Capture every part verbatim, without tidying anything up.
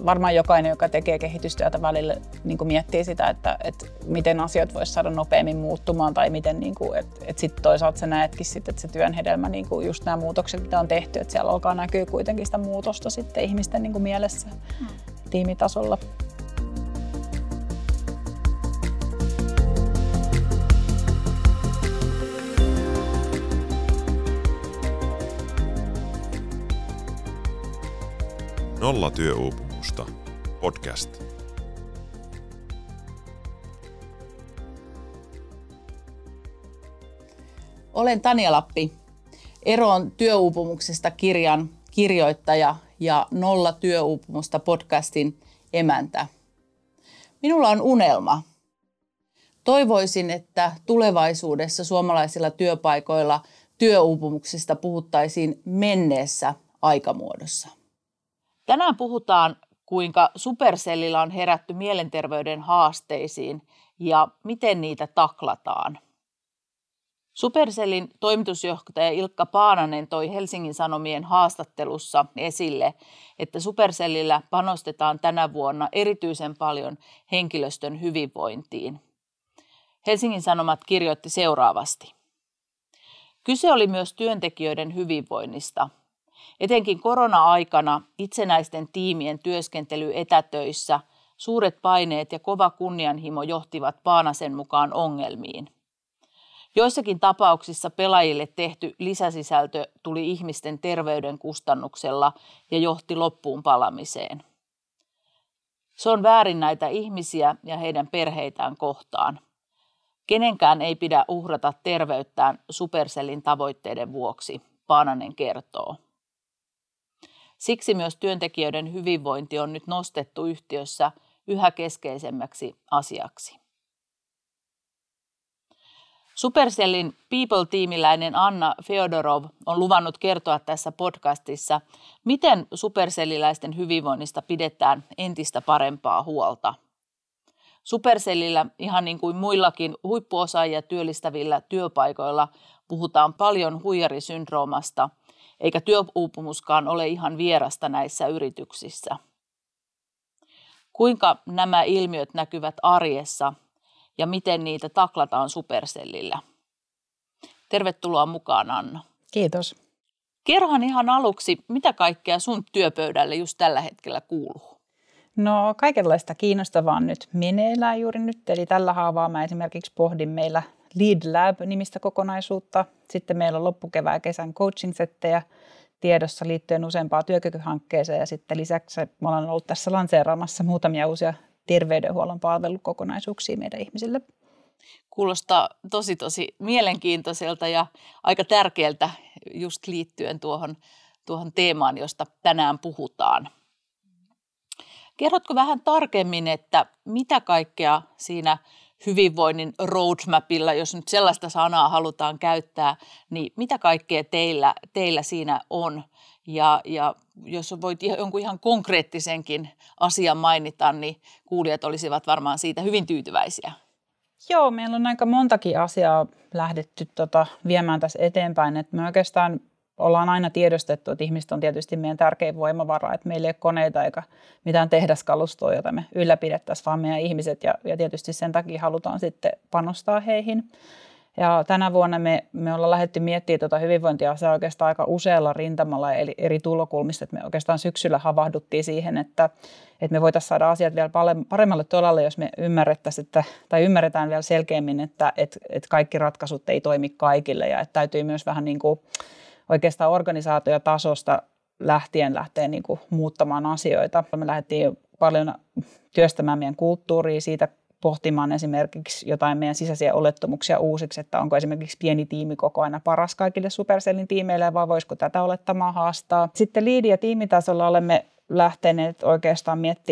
varmaan jokainen, joka tekee kehitystyötä välillä, niin kuin miettii sitä, että, että miten asiat voisi saada nopeammin muuttumaan tai miten, niin kuin, että, että sitten toisaalta sä näetkin, sit, että se työn hedelmä, niin kuin just nämä muutokset, mitä on tehty, että siellä alkaa näkyä kuitenkin sitä muutosta sitten ihmisten niin kuin mielessä hmm. tiimitasolla. Nolla työuupumusta podcast. Olen Tanja Lappi, Eroon työuupumuksesta kirjan kirjoittaja ja Nolla työuupumusta podcastin emäntä. Minulla on unelma. Toivoisin, että tulevaisuudessa suomalaisilla työpaikoilla työuupumuksesta puhuttaisiin menneessä aikamuodossa. Tänään puhutaan, kuinka Supercellillä on herätty mielenterveyden haasteisiin ja miten niitä taklataan. Supercellin toimitusjohtaja Ilkka Paananen toi Helsingin Sanomien haastattelussa esille, että Supercellillä panostetaan tänä vuonna erityisen paljon henkilöstön hyvinvointiin. Helsingin Sanomat kirjoitti seuraavasti. Kyse oli myös työntekijöiden hyvinvoinnista. Etenkin korona-aikana itsenäisten tiimien työskentely etätöissä, suuret paineet ja kova kunnianhimo johtivat Paanasen mukaan ongelmiin. Joissakin tapauksissa pelaajille tehty lisäsisältö tuli ihmisten terveyden kustannuksella ja johti loppuun palamiseen. Se on väärin näitä ihmisiä ja heidän perheitään kohtaan. Kenenkään ei pidä uhrata terveyttään Supercellin tavoitteiden vuoksi, Paananen kertoo. Siksi myös työntekijöiden hyvinvointi on nyt nostettu yhtiössä yhä keskeisemmäksi asiaksi. Supercellin People-tiimiläinen Anna Feodorov on luvannut kertoa tässä podcastissa, miten supercelliläisten hyvinvoinnista pidetään entistä parempaa huolta. Supercellillä, ihan niin kuin muillakin huippuosaajia työllistävillä työpaikoilla, puhutaan paljon huijarisyndroomasta, eikä työuupumuskaan ole ihan vierasta näissä yrityksissä. Kuinka nämä ilmiöt näkyvät arjessa ja miten niitä taklataan Supercellillä? Tervetuloa mukaan, Anna. Kiitos. Kerrohan ihan aluksi, mitä kaikkea sun työpöydälle just tällä hetkellä kuuluu? No kaikenlaista kiinnostavaa on nyt meneillään juuri nyt. Eli tällä haavaa mä esimerkiksi pohdin meillä Lead Lab-nimistä kokonaisuutta. Sitten meillä on loppukevään ja kesän coaching-settejä tiedossa liittyen useampaan työkykyhankkeeseen. Ja sitten lisäksi me ollaan ollut tässä lanseeraamassa muutamia uusia terveydenhuollon palvelukokonaisuuksia meidän ihmisille. Kuulostaa tosi tosi mielenkiintoiselta ja aika tärkeältä just liittyen tuohon, tuohon teemaan, josta tänään puhutaan. Kerrotko vähän tarkemmin, että mitä kaikkea siinä hyvinvoinnin roadmapilla, jos nyt sellaista sanaa halutaan käyttää, niin mitä kaikkea teillä, teillä siinä on? Ja, ja jos voit jonkun ihan konkreettisenkin asian mainita, niin kuulijat olisivat varmaan siitä hyvin tyytyväisiä. Joo, meillä on aika montakin asiaa lähdetty tota, viemään tässä eteenpäin. Et me oikeastaan ollaan aina tiedostettu, että ihmiset on tietysti meidän tärkein voimavara, että meillä ei ole koneita eikä mitään tehdaskalustoa, jota me ylläpidettäisiin, vaan meidän ihmiset. Ja, ja tietysti sen takia halutaan sitten panostaa heihin. Ja tänä vuonna me, me ollaan lähdetty miettimään tuota hyvinvointiasiaa oikeastaan aika usealla rintamalla eli eri tulokulmista. Että me oikeastaan syksyllä havahduttiin siihen, että, että me voitaisiin saada asiat vielä paremmalle tolalle, jos me ymmärrettäisiin, että, tai ymmärretään vielä selkeämmin, että, että, että kaikki ratkaisut ei toimi kaikille ja että täytyy myös vähän niin kuin oikeastaan organisaatiotasosta lähtien lähteä niin kuin muuttamaan asioita. Me lähdettiin paljon työstämään meidän kulttuuria, siitä pohtimaan esimerkiksi jotain meidän sisäisiä olettamuksia uusiksi, että onko esimerkiksi pieni tiimikoko aina paras kaikille Supercellin tiimeille vai voisiko tätä olettamaa haastaa. Sitten liidi- ja tiimitasolla olemme lähteneet oikeastaan miettimään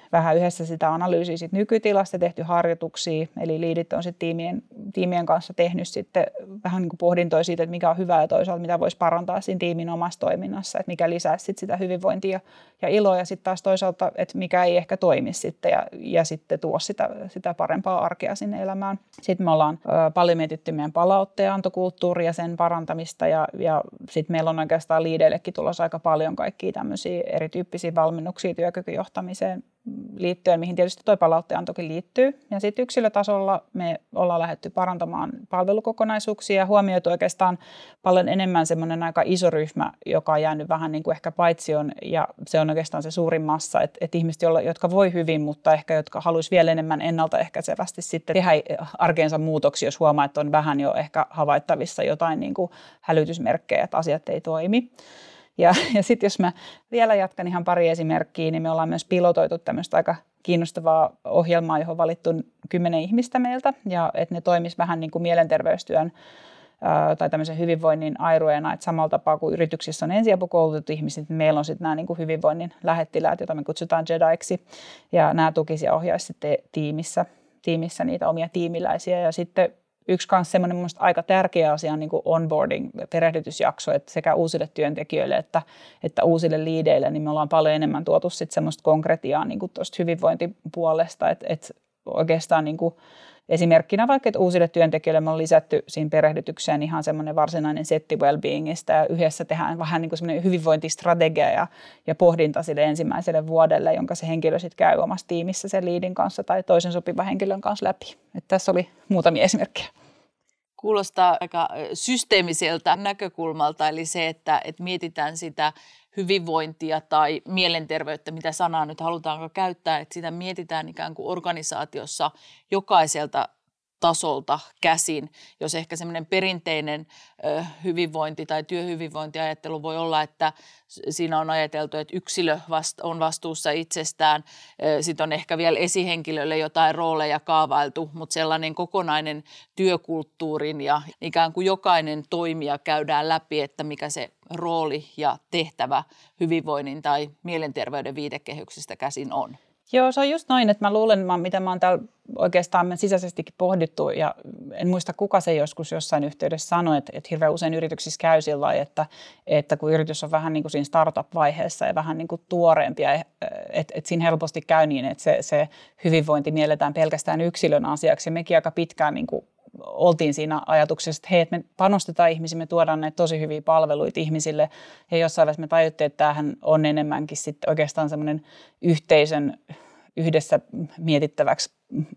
vähän yhdessä sitä analyysiä sit nykytilasta, tehty harjoituksia, eli liidit on sitten tiimien, tiimien kanssa tehnyt sitten vähän niin kuin pohdintoja siitä, että mikä on hyvää ja toisaalta mitä voisi parantaa siinä tiimin omassa toiminnassa, että mikä lisäisi sit sitä hyvinvointia ja iloa ja sitten taas toisaalta, että mikä ei ehkä toimi sitten ja, ja sitten tuo sitä, sitä parempaa arkea sinne elämään. Sitten me ollaan ö, paljon mietitty meidän palautteenantokulttuuria ja sen parantamista ja, ja sitten meillä on oikeastaan liideillekin tulossa aika paljon kaikkia tämmöisiä erityyppisiä valmennuksia työkykyjohtamiseen liittyen, mihin tietysti tuo palautteenantokin liittyy. Ja sitten yksilötasolla me ollaan lähdetty parantamaan palvelukokonaisuuksia ja huomioitu oikeastaan paljon enemmän semmoinen aika iso ryhmä, joka on jäänyt vähän niin kuin ehkä paitsioon ja se on oikeastaan se suurin massa, että, että ihmiset, jotka voi hyvin, mutta ehkä jotka haluaisi vielä enemmän ennaltaehkäisevästi sitten tehdä arkeensa muutoksia, jos huomaa, että on vähän jo ehkä havaittavissa jotain niin kuin hälytysmerkkejä, että asiat ei toimi. Ja, ja sitten jos mä vielä jatkan ihan pari esimerkkiä, niin me ollaan myös pilotoitu tämmöistä aika kiinnostavaa ohjelmaa, johon on valittu kymmenen ihmistä meiltä, ja että ne toimis vähän niin kuin mielenterveystyön ää, tai tämmöisen hyvinvoinnin airueena, että samalla tapaa kuin yrityksissä on ensiapukoulutetut ihmiset, niin meillä on sitten nämä niin kuin hyvinvoinnin lähettiläät, joita me kutsutaan Jediksi, ja nämä tukisi ja ohjaisi sitten tiimissä, tiimissä niitä omia tiimiläisiä, ja sitten yksi myös semmoinen mun mielestä aika tärkeä asia on niin kuin onboarding, perehdytysjakso, että sekä uusille työntekijöille että, että uusille liideille, niin me ollaan paljon enemmän tuotu sitten semmoista konkretiaa niin kuin tuosta hyvinvointipuolesta, että, että oikeastaan niin kuin esimerkkinä vaikka, että uusille työntekijöille me on lisätty siinä perehdytykseen ihan semmoinen varsinainen setti well-beingistä ja yhdessä tehdään vähän niin kuin semmoinen hyvinvointistrategia ja, ja pohdinta sille ensimmäiselle vuodelle, jonka se henkilö sitten käy omassa tiimissä sen liidin kanssa tai toisen sopivan henkilön kanssa läpi. Että tässä oli muutamia esimerkkejä. Kuulostaa aika systeemiseltä näkökulmalta, eli se, että, että mietitään sitä hyvinvointia tai mielenterveyttä, mitä sanaa nyt halutaanko käyttää, että sitä mietitään ikään kuin organisaatiossa jokaiselta tasolta käsin, jos ehkä semmoinen perinteinen ö, hyvinvointi tai työhyvinvointiajattelu voi olla, että siinä on ajateltu, että yksilö vast, on vastuussa itsestään, sitten on ehkä vielä esihenkilölle jotain rooleja kaavailtu, mutta sellainen kokonainen työkulttuurin ja ikään kuin jokainen toimija käydään läpi, että mikä se rooli ja tehtävä hyvinvoinnin tai mielenterveyden viitekehyksistä käsin on. Joo, se on just noin, että mä luulen, mitä mä oon täällä oikeastaan me sisäisestikin pohdittu ja en muista kuka se joskus jossain yhteydessä sanoi, että, että hirveän usein yrityksissä käy sillä lailla, että, että kun yritys on vähän niin kuin siinä startup-vaiheessa ja vähän niin kuin tuoreempi, että, että siinä helposti käy niin, että se, se hyvinvointi mielletään pelkästään yksilön asiaksi ja mekin aika pitkään niin kuin oltiin siinä ajatuksessa, että hei, että me panostetaan ihmisiin, me tuodaan näitä tosi hyviä palveluita ihmisille ja jossain vaiheessa me tajuttiin, että tämähän on enemmänkin sitten oikeastaan semmoinen yhteisön yhdessä mietittäväksi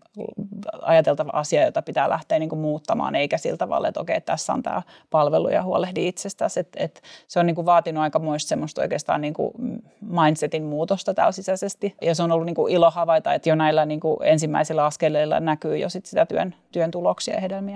ajateltava asia, jota pitää lähteä niin kuin muuttamaan, eikä sillä tavalla, että okei, tässä on tämä palvelu ja huolehdi itsestäsi. Että, että se on niin kuin vaatinut aikamoista semmoista oikeastaan niin kuin mindsetin muutosta täällä sisäisesti. Ja se on ollut niin kuin ilo havaita, että jo näillä niin kuin ensimmäisillä askeleilla näkyy jo sit sitä työn, työn tuloksia ja hedelmiä.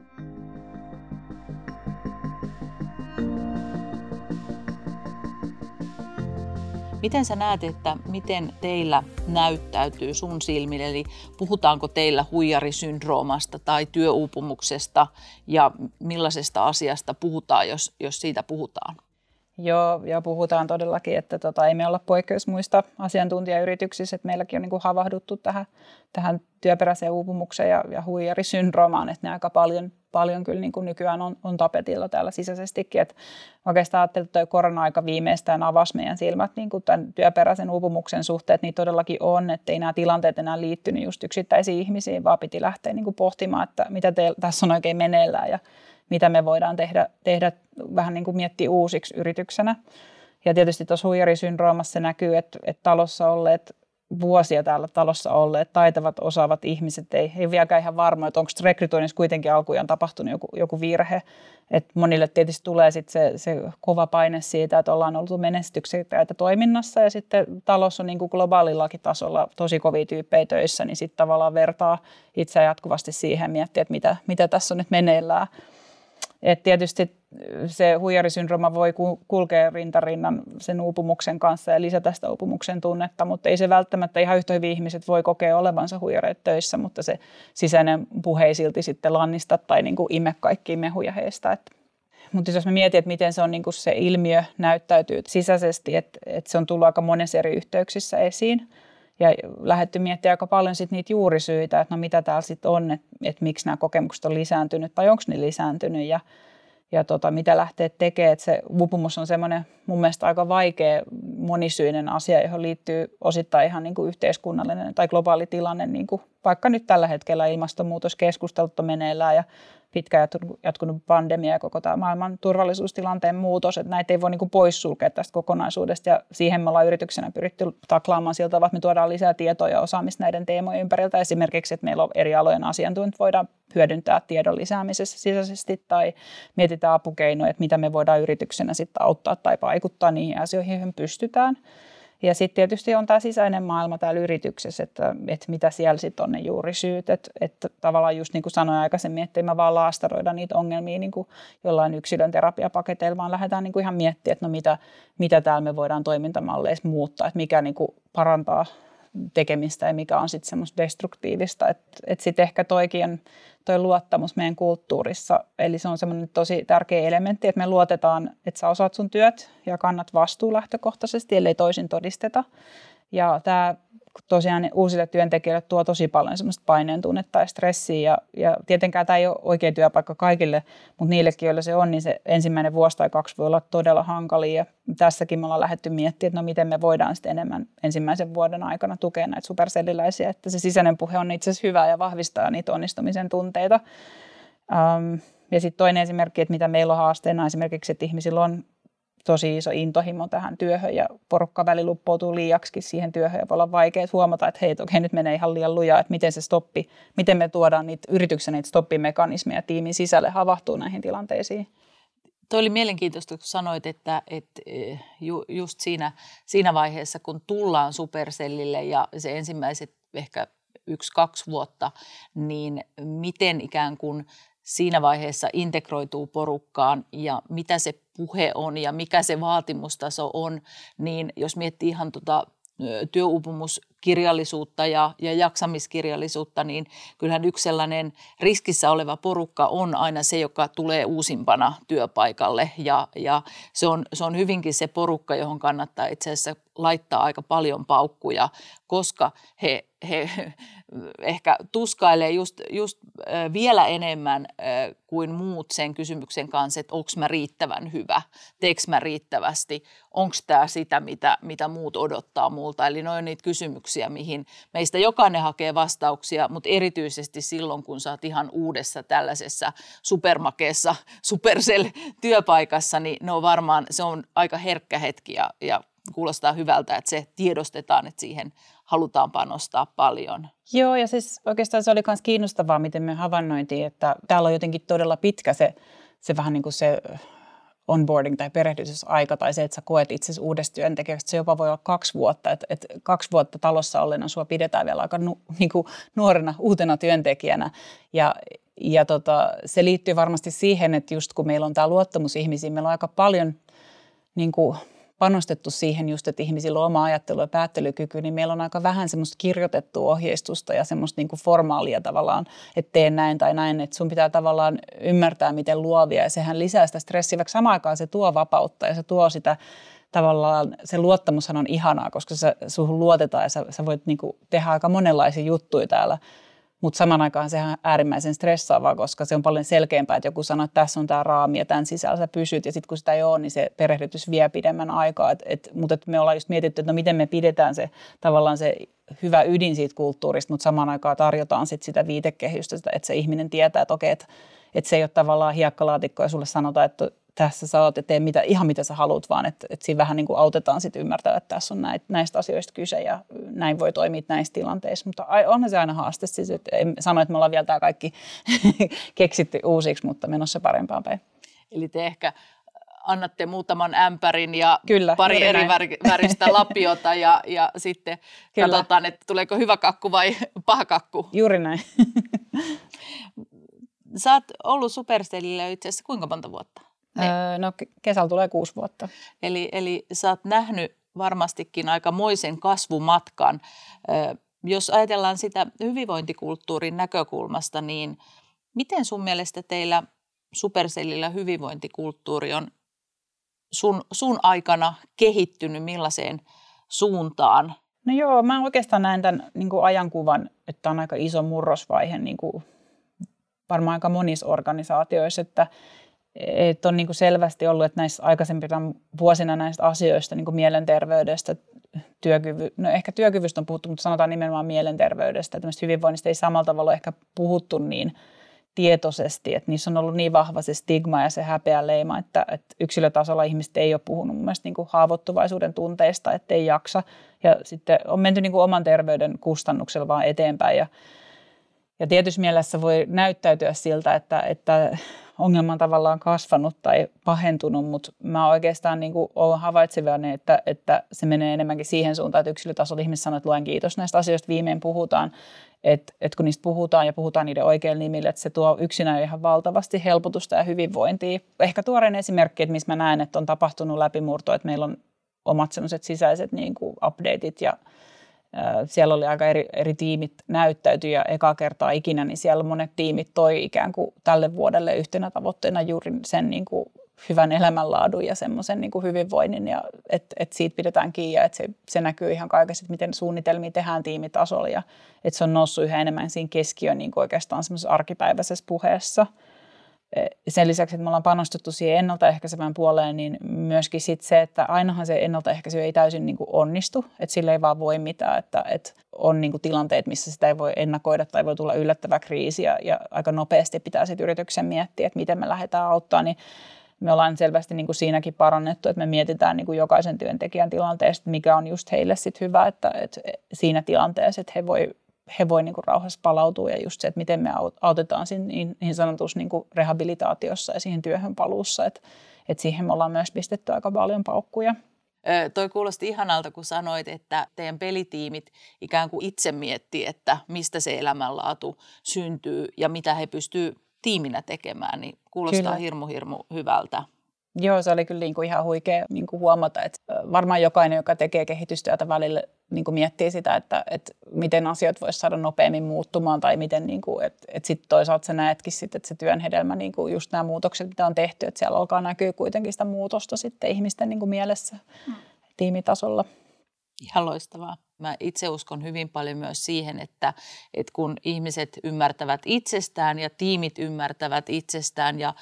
Miten sä näet, että miten teillä näyttäytyy sun silmille, eli puhutaanko teillä huijarisyndroomasta tai työuupumuksesta ja millaisesta asiasta puhutaan, jos, jos siitä puhutaan? Joo, ja puhutaan todellakin, että tota, ei me olla poikkeus muista asiantuntijayrityksissä, että meilläkin on niin kuin havahduttu tähän, tähän työperäiseen uupumukseen ja, ja huijarisyndroomaan, että ne aika paljon, paljon kyllä niin kuin nykyään on, on tapetilla täällä sisäisestikin. Että oikeastaan ajattelin, että korona-aika viimeistään avasi meidän silmät niin kuin tämän työperäisen uupumuksen suhteen, että niitä todellakin on, että ei nämä tilanteet enää liittynyt just yksittäisiin ihmisiin, vaan piti lähteä niin kuin pohtimaan, että mitä te, tässä on oikein meneillään ja mitä me voidaan tehdä, tehdä vähän niin kuin miettiä uusiksi yrityksenä. Ja tietysti tuossa huijarisyndroomassa se näkyy, että, että talossa olleet, vuosia täällä talossa olleet, taitavat, osaavat ihmiset ei, ei vieläkään ihan varma, että onko rekrytoinnissa kuitenkin alkujaan tapahtunut joku, joku virhe. Että monille tietysti tulee sit se, se kova paine siitä, että ollaan oltu menestyksekkäitä toiminnassa ja sitten talossa on niin kuin globaalillakin tasolla tosi kovia tyyppejä töissä, niin sitten tavallaan vertaa itseään jatkuvasti siihen ja miettiä, että mitä, mitä tässä on nyt meneillään. Et tietysti se huijarisyndrooma voi kulkea rintarinnan sen uupumuksen kanssa ja lisätä sitä uupumuksen tunnetta, mutta ei se välttämättä ihan yhtä hyvin ihmiset voi kokea olevansa huijareita töissä, mutta se sisäinen puhe ei silti sitten lannista tai niin kuin ime kaikkia mehuja heistä. Et, mutta jos mä mietin, että miten se, on, niin kuin se ilmiö näyttäytyy sisäisesti, että, että se on tullut aika monessa eri yhteyksissä esiin. ja lähdetty miettimään aika paljon sit niitä juurisyitä, että no mitä täällä sitten on, että, että miksi nämä kokemukset on lisääntynyt tai onko ne lisääntynyt ja, ja tota, mitä lähtee tekemään. Että se uupumus on semmoinen mun mielestä aika vaikea monisyinen asia, johon liittyy osittain ihan niin kuin yhteiskunnallinen tai globaali tilanne, niin kuin vaikka nyt tällä hetkellä ilmastonmuutoskeskustelut on meneillään ja pitkään jatkunut pandemia ja koko tämä maailman turvallisuustilanteen muutos, että näitä ei voi niin kuin poissulkea tästä kokonaisuudesta ja siihen me ollaan yrityksenä pyritty taklaamaan siltä tavalla, että me tuodaan lisää tietoa ja osaamista näiden teemojen ympäriltä. Esimerkiksi, että meillä on eri alojen asiantuntijat voidaan hyödyntää tiedon lisäämisessä sisäisesti tai mietitään apukeinoja, että mitä me voidaan yrityksenä sitten auttaa tai vaikuttaa niihin asioihin, joihin pystytään. Ja sitten tietysti on tämä sisäinen maailma täällä yrityksessä, että, että mitä siellä sitten on ne juurisyyt. Että, että tavallaan just niin kuin sanoin aikaisemmin, että ei me vaan laastaroida niitä ongelmia niin kuin jollain yksilön terapiapaketeilla, vaan lähdetään niin kuin ihan miettimään, että no mitä, mitä täällä me voidaan toimintamalleissa muuttaa, että mikä niin kuin parantaa tekemistä ja mikä on sitten semmoista destruktiivista. Että et sitten ehkä toikin on toi luottamus meidän kulttuurissa, eli se on semmoinen tosi tärkeä elementti, että me luotetaan, että sä osaat sun työt ja kannat vastuu lähtökohtaisesti, ellei toisin todisteta. Ja tämä tosiaan uusille työntekijöille tuo tosi paljon semmoista paineen tunnetta ja stressiä, ja, ja tietenkään tämä ei ole oikea työpaikka kaikille, mutta niillekin, joilla se on, niin se ensimmäinen vuosi tai kaksi voi olla todella hankalia, ja tässäkin me ollaan lähdetty miettimään, että no miten me voidaan sitten enemmän ensimmäisen vuoden aikana tukea näitä superselliläisiä, että se sisäinen puhe on itse asiassa hyvä ja vahvistaa niitä onnistumisen tunteita. Um, ja sitten toinen esimerkki, että mitä meillä on haasteena esimerkiksi, että ihmisillä on tosi iso intohimo tähän työhön ja porukka välillä luppoutuu liiaksikin siihen työhön ja voi olla vaikea huomata, että hei, okei, nyt menee ihan liian lujaa, että miten se stoppi, miten me tuodaan niitä yrityksen niitä stoppimekanismeja tiimin sisälle havahtuu näihin tilanteisiin. Tuo oli mielenkiintoista, kun sanoit, että, että ju, just siinä, siinä vaiheessa, kun tullaan Supercellille ja se ensimmäiset ehkä yksi, kaksi vuotta, niin miten ikään kuin siinä vaiheessa integroituu porukkaan ja mitä se puhe on ja mikä se vaatimustaso on, niin jos miettii ihan tuota työuupumuskirjallisuutta ja, ja jaksamiskirjallisuutta, niin kyllähän yksi sellainen riskissä oleva porukka on aina se, joka tulee uusimpana työpaikalle ja, ja se, on, se on hyvinkin se porukka, johon kannattaa itse asiassa laittaa aika paljon paukkuja, koska he, he ehkä tuskailee just, just vielä enemmän kuin muut sen kysymyksen kanssa, että onko mä riittävän hyvä, teekö mä riittävästi, onko tämä sitä, mitä, mitä muut odottaa multa. Eli ne on niitä kysymyksiä, mihin meistä jokainen hakee vastauksia, mutta erityisesti silloin, kun sä oot ihan uudessa tällaisessa supermakeessa Supercell-työpaikassa, niin ne on varmaan, se on aika herkkä hetki ja, ja kuulostaa hyvältä, että se tiedostetaan, että siihen halutaan panostaa paljon. Joo, ja siis oikeastaan se oli myös kiinnostavaa, miten me havainnointiin, että täällä on jotenkin todella pitkä se, se vähän niin kuin se onboarding tai perehdytysaika tai se, että sä koet itsesi uudesta työntekijästä, se jopa voi olla kaksi vuotta. Että, että kaksi vuotta talossa ollena sua pidetään vielä aika nu, niin kuin nuorena, uutena työntekijänä. Ja, ja tota, se liittyy varmasti siihen, että just kun meillä on tämä luottamus ihmisiin, meillä on aika paljon niin kuin panostettu siihen just, että ihmisillä on oma ajattelu ja päättelykyky, niin meillä on aika vähän semmoista kirjoitettua ohjeistusta ja semmoista niin kuin formaalia tavallaan, että tee näin tai näin, että sun pitää tavallaan ymmärtää, miten luovia ja sehän lisää sitä stressiä, vaikka samaan aikaan se tuo vapautta ja se tuo sitä tavallaan, se luottamushan on ihanaa, koska sä, suhun luotetaan ja sä, sä voit niin kuin tehdä aika monenlaisia juttuja täällä. Mutta saman aikaan sehän on äärimmäisen stressaavaa, koska se on paljon selkeämpää, että joku sanoo, että tässä on tämä raami ja tämän sisällä sä pysyt. Ja sitten kun sitä ei ole, niin se perehdytys vie pidemmän aikaa. Et, et, mutta et me ollaan just mietitty, että no miten me pidetään se tavallaan se hyvä ydin siitä kulttuurista, mutta samaan aikaan tarjotaan sit sitä viitekehystä, että se ihminen tietää, että okei, että et se ei ole tavallaan hiekkalaatikko ja sulle sanotaan, että tässä sä oot ja tee mitä, ihan mitä sä haluat, vaan että, että siinä vähän niin kuin autetaan sit ymmärtää, että tässä on näitä, näistä asioista kyse ja näin voi toimia näissä tilanteissa. Mutta onhan se aina haaste. Siis, että en sano, että me ollaan vielä tämä kaikki keksitty uusiksi, mutta menossa parempaan päin. Eli te ehkä annatte muutaman ämpärin ja Kyllä, pari eri näin. väristä lapiota ja, ja sitten Kyllä. katsotaan, että tuleeko hyvä kakku vai paha kakku. Juuri näin. Sä oot ollut Supercellillä itse asiassa kuinka monta vuotta? Öö, no kesällä tulee kuusi vuotta. Eli, eli sä oot nähnyt varmastikin aikamoisen kasvumatkan. Öö, jos ajatellaan sitä hyvinvointikulttuurin näkökulmasta, niin miten sun mielestä teillä Supercellillä hyvinvointikulttuuri on sun, sun aikana kehittynyt, millaiseen suuntaan? No joo, mä oikeastaan näen tämän niin kuin ajankuvan, että on aika iso murrosvaihe niin kuin varmaan aika monissa organisaatioissa, että, että on niin kuin selvästi ollut, että näissä aikaisempina vuosina näistä asioista, niin kuin mielenterveydestä, työkyvy, no ehkä työkyvystä on puhuttu, mutta sanotaan nimenomaan mielenterveydestä, että hyvinvoinnista ei samalla tavalla ole ehkä puhuttu niin tietoisesti, että niissä on ollut niin vahva se stigma ja se häpeä leima, että, että yksilötasolla ihmiset ei ole puhunut mun mielestä niin kuin haavoittuvaisuuden tunteista, että ei jaksa. Ja sitten on menty niin kuin oman terveyden kustannuksella vaan eteenpäin. Ja, ja tietysti mielessä voi näyttäytyä siltä, että, että ongelma on tavallaan kasvanut tai pahentunut, mutta mä oikeastaan niin kuin olen havaitsevainen, että, että se menee enemmänkin siihen suuntaan, että yksilötasolla ihmiset sanoo, että luen kiitos näistä asioista, viimein puhutaan. Että et kun niistä puhutaan ja puhutaan niiden oikein nimille, että se tuo yksinään ihan valtavasti helpotusta ja hyvinvointia. Ehkä tuoreen esimerkki, että missä mä näen, että on tapahtunut läpimurto, että meillä on omat sellaiset sisäiset niin kuin updateit ja ää, siellä oli aika eri, eri tiimit näyttäytyi ja eka kertaa ikinä, niin siellä monet tiimit toi ikään kuin tälle vuodelle yhtenä tavoitteena juuri sen niin kuin hyvän elämänlaadun ja semmoisen niin kuin hyvinvoinnin, ja että et siitä pidetään kiinni ja että se, se näkyy ihan kaikessa, että miten suunnitelmia tehdään tiimitasolla ja että se on noussut yhä enemmän siinä keskiöön niin kuin oikeastaan semmoisessa arkipäiväisessä puheessa. Sen lisäksi, että me ollaan panostettu siihen ennaltaehkäisevään puoleen, niin myöskin sit se, että ainahan se ennaltaehkäisy ei täysin niin kuin onnistu, että sille ei vaan voi mitään, että, että on niin kuin tilanteet, missä sitä ei voi ennakoida tai voi tulla yllättävä kriisi ja, ja aika nopeasti pitää sitten yrityksen miettiä, että miten me lähdetään auttamaan, niin me ollaan selvästi niin kuin siinäkin parannettu, että me mietitään niin kuin jokaisen työntekijän tilanteesta, mikä on just heille sit hyvä, että, että siinä tilanteessa, että he voi, he voi niin kuin rauhassa palautua ja just se, että miten me autetaan siinä niin, niin sanotussa niin kuin rehabilitaatiossa ja siihen työhön paluussa, että, että siihen me ollaan myös pistetty aika paljon paukkuja. Ö, toi kuulosti ihanalta, kun sanoit, että teidän pelitiimit ikään kuin itse miettii, että mistä se elämänlaatu syntyy ja mitä he pystyy tiiminä tekemään, niin kuulostaa kyllä hirmu, hirmu hyvältä. Joo, se oli kyllä niin kuin ihan huikea niin kuin huomata, että varmaan jokainen, joka tekee kehitystyötä välillä, niin kuin miettii sitä, että, että miten asiat voisi saada nopeammin muuttumaan tai miten, niin kuin, että, että sitten toisaalta sä näetkin sitten, että se työn hedelmä, niin kuin just nämä muutokset, mitä on tehty, että siellä alkaa näkyä kuitenkin sitä muutosta sitten ihmisten niin kuin mielessä hmm. tiimitasolla. Ihan loistavaa. Mä itse uskon hyvin paljon myös siihen, että, että kun ihmiset ymmärtävät itsestään ja tiimit ymmärtävät itsestään ja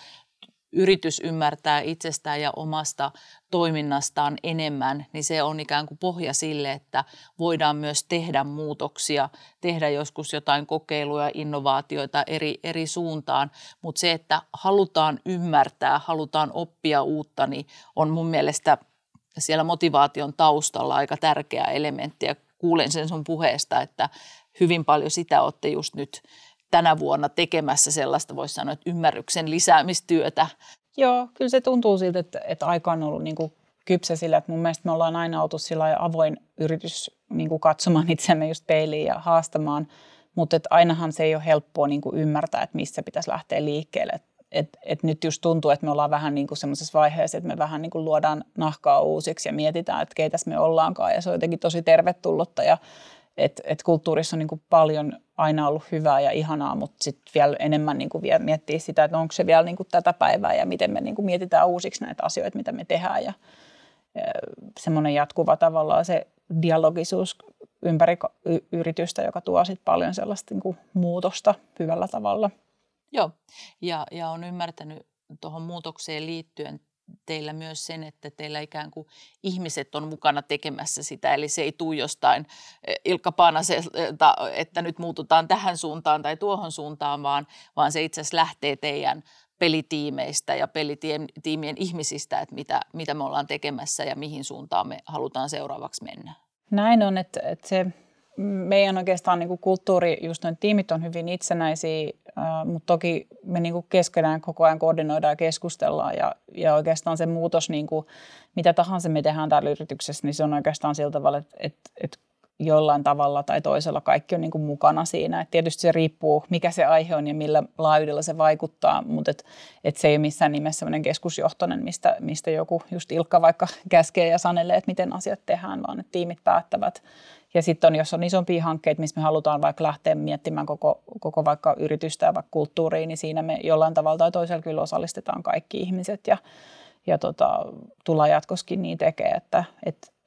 yritys ymmärtää itsestään ja omasta toiminnastaan enemmän, niin se on ikään kuin pohja sille, että voidaan myös tehdä muutoksia, tehdä joskus jotain kokeiluja, innovaatioita eri, eri suuntaan, mutta se, että halutaan ymmärtää, halutaan oppia uutta, niin on mun mielestä siellä motivaation taustalla aika tärkeä elementti ja kuulen sen sun puheesta, että hyvin paljon sitä olette just nyt tänä vuonna tekemässä sellaista, voisi sanoa, että ymmärryksen lisäämistyötä. Joo, kyllä se tuntuu siltä, että, että aika on ollut niin kuin kypsä sillä, että mun mielestä me ollaan aina oltu sillä avoin yritys niin kuin katsomaan itsemme just peiliin ja haastamaan, mutta että ainahan se ei ole helppoa niin kuin ymmärtää, että missä pitäisi lähteä liikkeelle. Et, et nyt just tuntuu, että me ollaan vähän niin kuin semmoisessa vaiheessa, että me vähän niin kuin luodaan nahkaa uusiksi ja mietitään, että keitäs me ollaankaan ja se on jotenkin tosi tervetullutta ja että et kulttuurissa on niin kuin paljon aina ollut hyvää ja ihanaa, mutta sitten vielä enemmän niin kuin miettiä sitä, että onko se vielä niin kuin tätä päivää ja miten me niin kuin mietitään uusiksi näitä asioita, mitä me tehdään ja, ja semmoinen jatkuva tavallaan se dialogisuus ympäri y- yritystä, joka tuo sitten paljon sellaista niin kuin muutosta hyvällä tavalla. Joo, ja, ja olen ymmärtänyt tuohon muutokseen liittyen teillä myös sen, että teillä ikään kuin ihmiset on mukana tekemässä sitä, eli se ei tule jostain Ilkka Paanaselta, että nyt muututaan tähän suuntaan tai tuohon suuntaan, vaan, vaan se itse asiassa lähtee teidän pelitiimeistä ja pelitiimien ihmisistä, että mitä, mitä me ollaan tekemässä ja mihin suuntaan me halutaan seuraavaksi mennä. Näin on, että, että se meidän oikeastaan niin kuin kulttuuri, just noin tiimit on hyvin itsenäisiä, mutta toki me niin kuin keskenään koko ajan koordinoidaan ja keskustellaan ja, ja oikeastaan se muutos, niin kuin, mitä tahansa me tehdään täällä yrityksessä, niin se on oikeastaan sillä tavalla, että, että, että jollain tavalla tai toisella kaikki on niin kuin mukana siinä. Et tietysti se riippuu, mikä se aihe on ja millä laajuudella se vaikuttaa, mutta et, et se ei ole missään nimessä sellainen keskusjohtoinen, mistä, mistä joku just Ilkka vaikka käskee ja sanelee, että miten asiat tehdään, vaan että tiimit päättävät. Ja sitten on, jos on isompia hankkeita, missä me halutaan vaikka lähteä miettimään koko, koko vaikka yritystä ja vaikka kulttuuria, niin siinä me jollain tavalla tai toisella kyllä osallistetaan kaikki ihmiset ja, ja tota, tullaan jatkossakin niin tekemään, että et,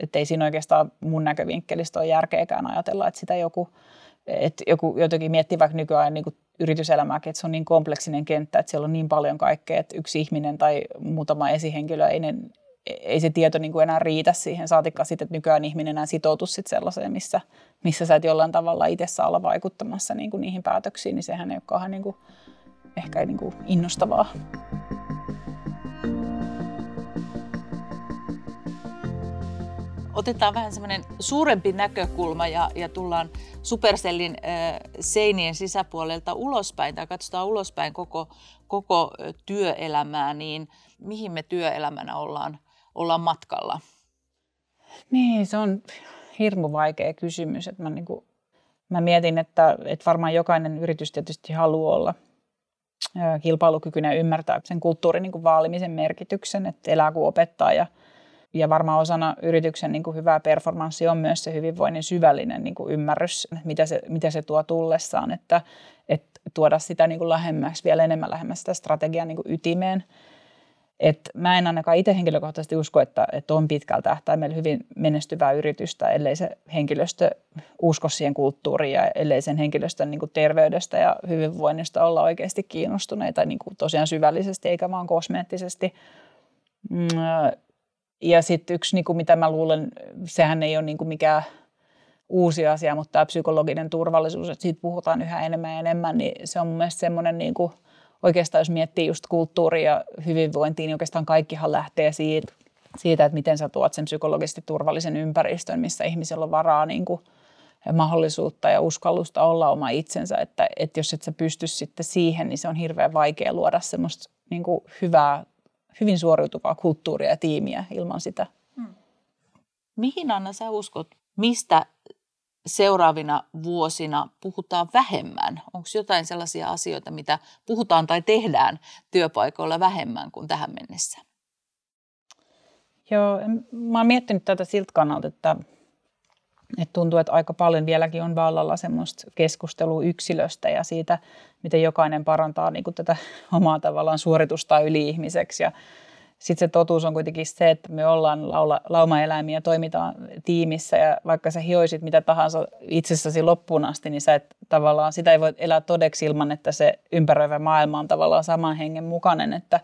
että ei siinä oikeastaan mun näkövinkkelistä ole järkeäkään ajatella, että sitä joku, että joku jotenkin miettii vaikka nykyään niin kuin yrityselämääkin, että se on niin kompleksinen kenttä, että siellä on niin paljon kaikkea, että yksi ihminen tai muutama esihenkilö, ei, ne, ei se tieto niin kuin enää riitä siihen, saatikka sitten, että nykyään ihminen enää sitoutu sitten sellaiseen, missä, missä sä et jollain tavalla itse saa olla vaikuttamassa niin kuin niihin päätöksiin, niin sehän ei ole kauhean niin kuin, ehkä niin kuin innostavaa. Otetaan vähän semmoinen suurempi näkökulma ja, ja tullaan Supercellin äh, seinien sisäpuolelta ulospäin tai katsotaan ulospäin koko, koko työelämää, niin mihin me työelämänä ollaan, ollaan matkalla? Niin, se on hirmu vaikea kysymys. Että mä, niin kuin, mä mietin, että, että varmaan jokainen yritys tietysti haluaa olla kilpailukykyinen ja ymmärtää sen kulttuurin niin kuin vaalimisen merkityksen, että elää kuin opettaa ja Ja varmaan osana yrityksen niin kuin hyvää performanssia on myös se hyvinvoinnin syvällinen niin kuin ymmärrys, mitä se, mitä se tuo tullessaan, että, että tuoda sitä niin kuin lähemmäksi, vielä enemmän lähemmäksi sitä strategian niin kuin ytimeen. Et mä en ainakaan itse henkilökohtaisesti usko, että, että on pitkällä tähtäimellä hyvin menestyvää yritystä, ellei se henkilöstö usko siihen kulttuuriin ja ellei sen henkilöstön niin kuin terveydestä ja hyvinvoinnista olla oikeasti kiinnostuneita niin kuin tosiaan syvällisesti eikä vaan kosmeettisesti. Mm, Ja sitten yksi, niin kuin mitä mä luulen, sehän ei ole niin kuin mikään uusi asia, mutta tämä psykologinen turvallisuus, että siitä puhutaan yhä enemmän ja enemmän, niin se on mun mielestä semmoinen, niin kuin, oikeastaan jos miettii just kulttuuria ja hyvinvointia, niin oikeastaan kaikkihan lähtee siitä, siitä, että miten sä tuot sen psykologisesti turvallisen ympäristön, missä ihmisillä on varaa niin kuin, ja mahdollisuutta ja uskallusta olla oma itsensä, että, että jos et sä pysty sitten siihen, niin se on hirveän vaikea luoda semmoista niin kuin hyvää, hyvin suoriutuvaa kulttuuria ja tiimiä ilman sitä. Hmm. Mihin, Anna, sä uskot, mistä seuraavina vuosina puhutaan vähemmän? Onko jotain sellaisia asioita, mitä puhutaan tai tehdään työpaikoilla vähemmän kuin tähän mennessä? Joo, mä oon miettinyt tätä siltä kannalta, että, että tuntuu, että aika paljon vieläkin on vallalla semmoista keskustelua yksilöstä ja siitä, miten jokainen parantaa niin kuin tätä omaa tavallaan suoritusta yli-ihmiseksi. Ja sitten se totuus on kuitenkin se, että me ollaan laula, laumaeläimiä, toimitaan tiimissä ja vaikka sä hioisit mitä tahansa itsessäsi loppuun asti, niin sä et, tavallaan sitä ei voi elää todeksi ilman, että se ympäröivä maailma on tavallaan saman hengen mukainen. Että,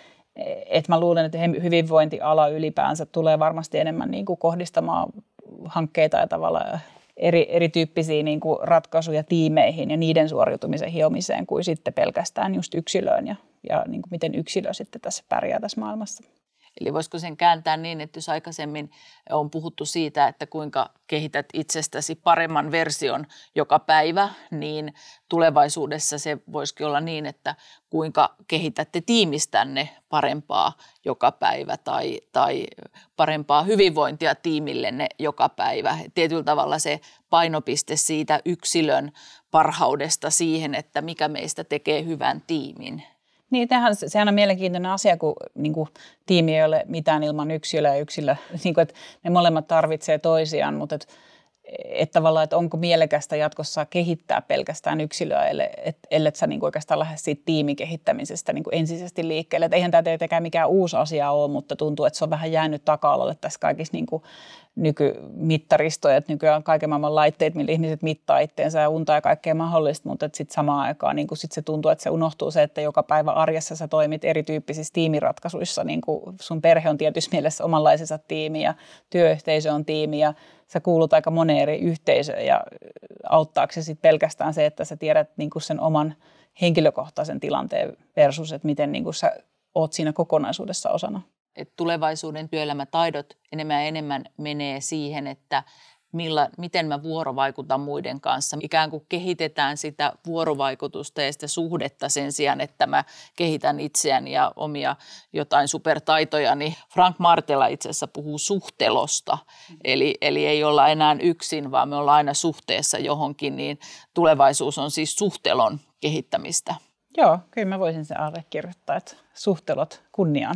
et mä luulen, että hyvinvointiala ylipäänsä tulee varmasti enemmän niin kuin kohdistamaan hankkeita ja tavallaan eri, erityyppisiä niin kuin ratkaisuja tiimeihin ja niiden suoriutumisen hiomiseen kuin sitten pelkästään just yksilöön ja, ja niin kuin miten yksilö sitten tässä pärjää tässä maailmassa. Eli voisiko sen kääntää niin, että jos aikaisemmin on puhuttu siitä, että kuinka kehität itsestäsi paremman version joka päivä, niin tulevaisuudessa se voisikin olla niin, että kuinka kehitätte tiimistänne parempaa joka päivä tai, tai parempaa hyvinvointia tiimillenne joka päivä. Tietyllä tavalla se painopiste siitä yksilön parhaudesta siihen, että mikä meistä tekee hyvän tiimin. Niin, tähän, sehän on mielenkiintoinen asia, kun niin kuin, tiimi ei ole mitään ilman yksilöä ja yksilö, niin kuin, että ne molemmat tarvitsee toisiaan, mutta että et tavallaan, että onko mielekästä jatkossa kehittää pelkästään yksilöä, ellei sä niin kuin oikeastaan lähde siitä tiimikehittämisestä niin kuin ensisijaisesti liikkeelle. Et eihän tämä tietenkään mikään uusi asia ole, mutta tuntuu, että se on vähän jäänyt taka-alalle tässä kaikissa niin kuin nykymittaristoja, että nykyään on kaiken maailman laitteet, millä ihmiset mittaa itteensä ja untaa ja kaikkea mahdollista, mutta sitten samaan aikaan niin sit se tuntuu, että se unohtuu se, että joka päivä arjessa sä toimit erityyppisissä tiimiratkaisuissa, niin kuin sun perhe on tietysti mielessä omanlaisensa tiimi ja työyhteisö on tiimi ja sä kuulut aika moneen eri yhteisöön ja auttaako se sitten pelkästään se, että sä tiedät niin kuin sen oman henkilökohtaisen tilanteen versus, että miten niin kuin sä oot siinä kokonaisuudessa osana. Että tulevaisuuden työelämätaidot enemmän ja enemmän menee siihen, että milla, miten mä vuorovaikutan muiden kanssa. Ikään kuin kehitetään sitä vuorovaikutusta ja sitä suhdetta sen sijaan, että mä kehitän itseäni ja omia jotain supertaitoja. Niin Frank Martela itse asiassa puhuu suhtelosta, eli, eli ei olla enää yksin, vaan me ollaan aina suhteessa johonkin, niin tulevaisuus on siis suhtelon kehittämistä. Joo, kyllä mä voisin sen allekirjoittaa, että suhtelot kunniaan.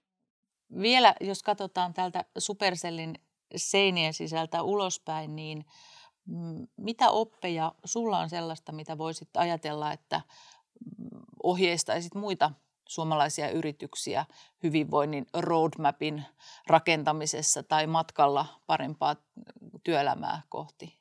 Vielä jos katsotaan täältä Supercellin seinien sisältä ulospäin, niin mitä oppeja sulla on sellaista, mitä voisit ajatella, että ohjeistaisit muita suomalaisia yrityksiä hyvinvoinnin roadmapin rakentamisessa tai matkalla parempaa työelämää kohti?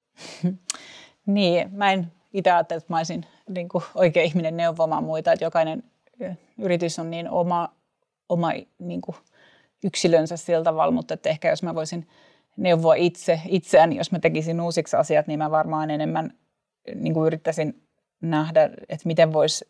Niin, mä en itse ajattele, että mä olisin niin kuin oikea ihminen neuvomaan muita, että jokainen yritys on niin oma, oma niin kuin yksilönsä sillä tavalla, mutta että ehkä jos mä voisin neuvoa itse, itseäni, jos mä tekisin uusiksi asiat, niin mä varmaan enemmän niin kuin yrittäisin nähdä, että miten voisi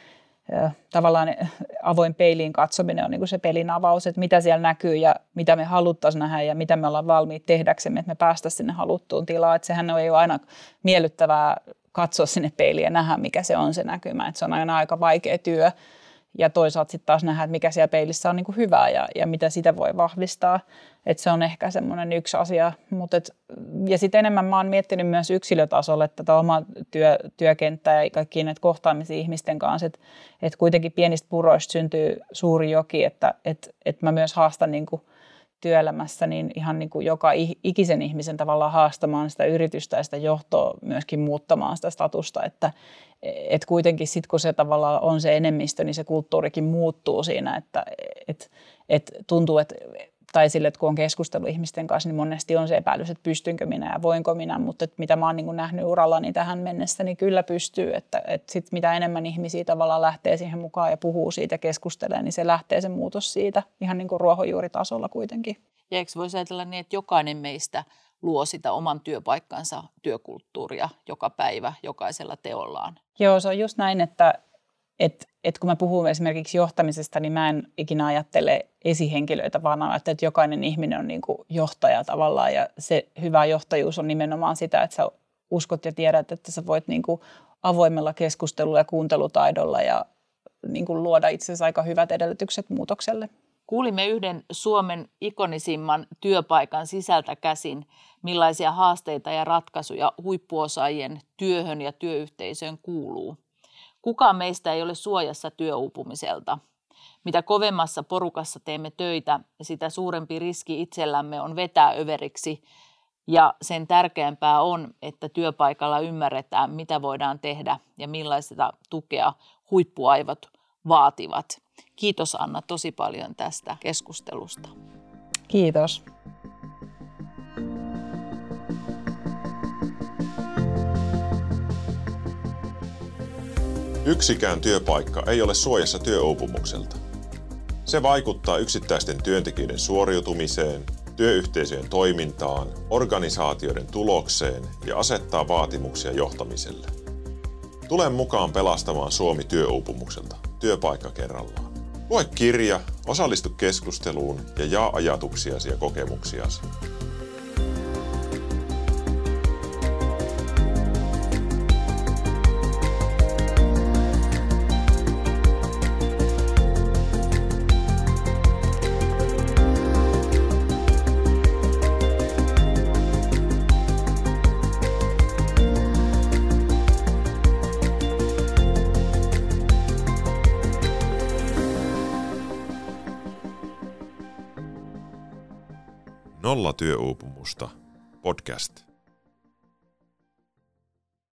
tavallaan avoin peiliin katsominen on niin kuin se pelin avaus, että mitä siellä näkyy ja mitä me haluttaisiin nähdä ja mitä me ollaan valmiit tehdäksemme, että me päästä sinne haluttuun tilaan. Että sehän ei ole aina miellyttävää katsoa sinne peiliin ja nähdä, mikä se on se näkymä. Että se on aina aika vaikea työ ja toisaalta sitten taas nähdä, että mikä siellä peilissä on niin kuin hyvää ja, ja mitä sitä voi vahvistaa. Että se on ehkä semmoinen yksi asia. Mut et, ja sitten enemmän mä oon miettinyt myös yksilötasolla tätä omaa työ, työkenttää ja kaikkia näitä kohtaamisia ihmisten kanssa. Että et kuitenkin pienistä puroista syntyy suuri joki, että et, et mä myös haastan niin kuin työelämässä niin ihan niin kuin joka ikisen ihmisen tavallaan haastamaan sitä yritystä ja sitä johtoa myöskin muuttamaan sitä statusta, että et kuitenkin sitten kun se tavallaan on se enemmistö, niin se kulttuurikin muuttuu siinä, että et, et tuntuu, että tai sille, että kun on keskustellut ihmisten kanssa, niin monesti on se epäilys, että pystynkö minä ja voinko minä, mutta että mitä mä oon niin kuin nähnyt urallani tähän mennessä, niin kyllä pystyy, että, että sit mitä enemmän ihmisiä tavallaan lähtee siihen mukaan ja puhuu siitä ja keskustelee, niin se lähtee se muutos siitä ihan niin kuin ruohonjuuritasolla kuitenkin. Ja eikö voisi ajatella niin, että jokainen meistä luo sitä oman työpaikkansa työkulttuuria joka päivä jokaisella teollaan? Joo, se on just näin, että Että et kun mä puhun esimerkiksi johtamisesta, niin mä en ikinä ajattele esihenkilöitä, vaan ajattelen, että jokainen ihminen on niin kuin johtaja tavallaan. Ja se hyvä johtajuus on nimenomaan sitä, että sä uskot ja tiedät, että sä voit niin kuin avoimella keskustelulla ja kuuntelutaidolla ja niin kuin luoda itse asiassa aika hyvät edellytykset muutokselle. Kuulimme yhden Suomen ikonisimman työpaikan sisältä käsin, millaisia haasteita ja ratkaisuja huippuosaajien työhön ja työyhteisöön kuuluu. Kukaan meistä ei ole suojassa työuupumiselta. Mitä kovemmassa porukassa teemme töitä, sitä suurempi riski itsellämme on vetää överiksi. Ja sen tärkeämpää on, että työpaikalla ymmärretään, mitä voidaan tehdä ja millaista tukea huippuaivot vaativat. Kiitos Anna tosi paljon tästä keskustelusta. Kiitos. Yksikään työpaikka ei ole suojassa työuupumukselta. Se vaikuttaa yksittäisten työntekijöiden suoriutumiseen, työyhteisöjen toimintaan, organisaatioiden tulokseen ja asettaa vaatimuksia johtamiselle. Tule mukaan pelastamaan Suomi työuupumukselta, työpaikka kerrallaan. Lue kirja, osallistu keskusteluun ja jaa ajatuksiasi ja kokemuksiasi. Nolla työuupumusta podcast.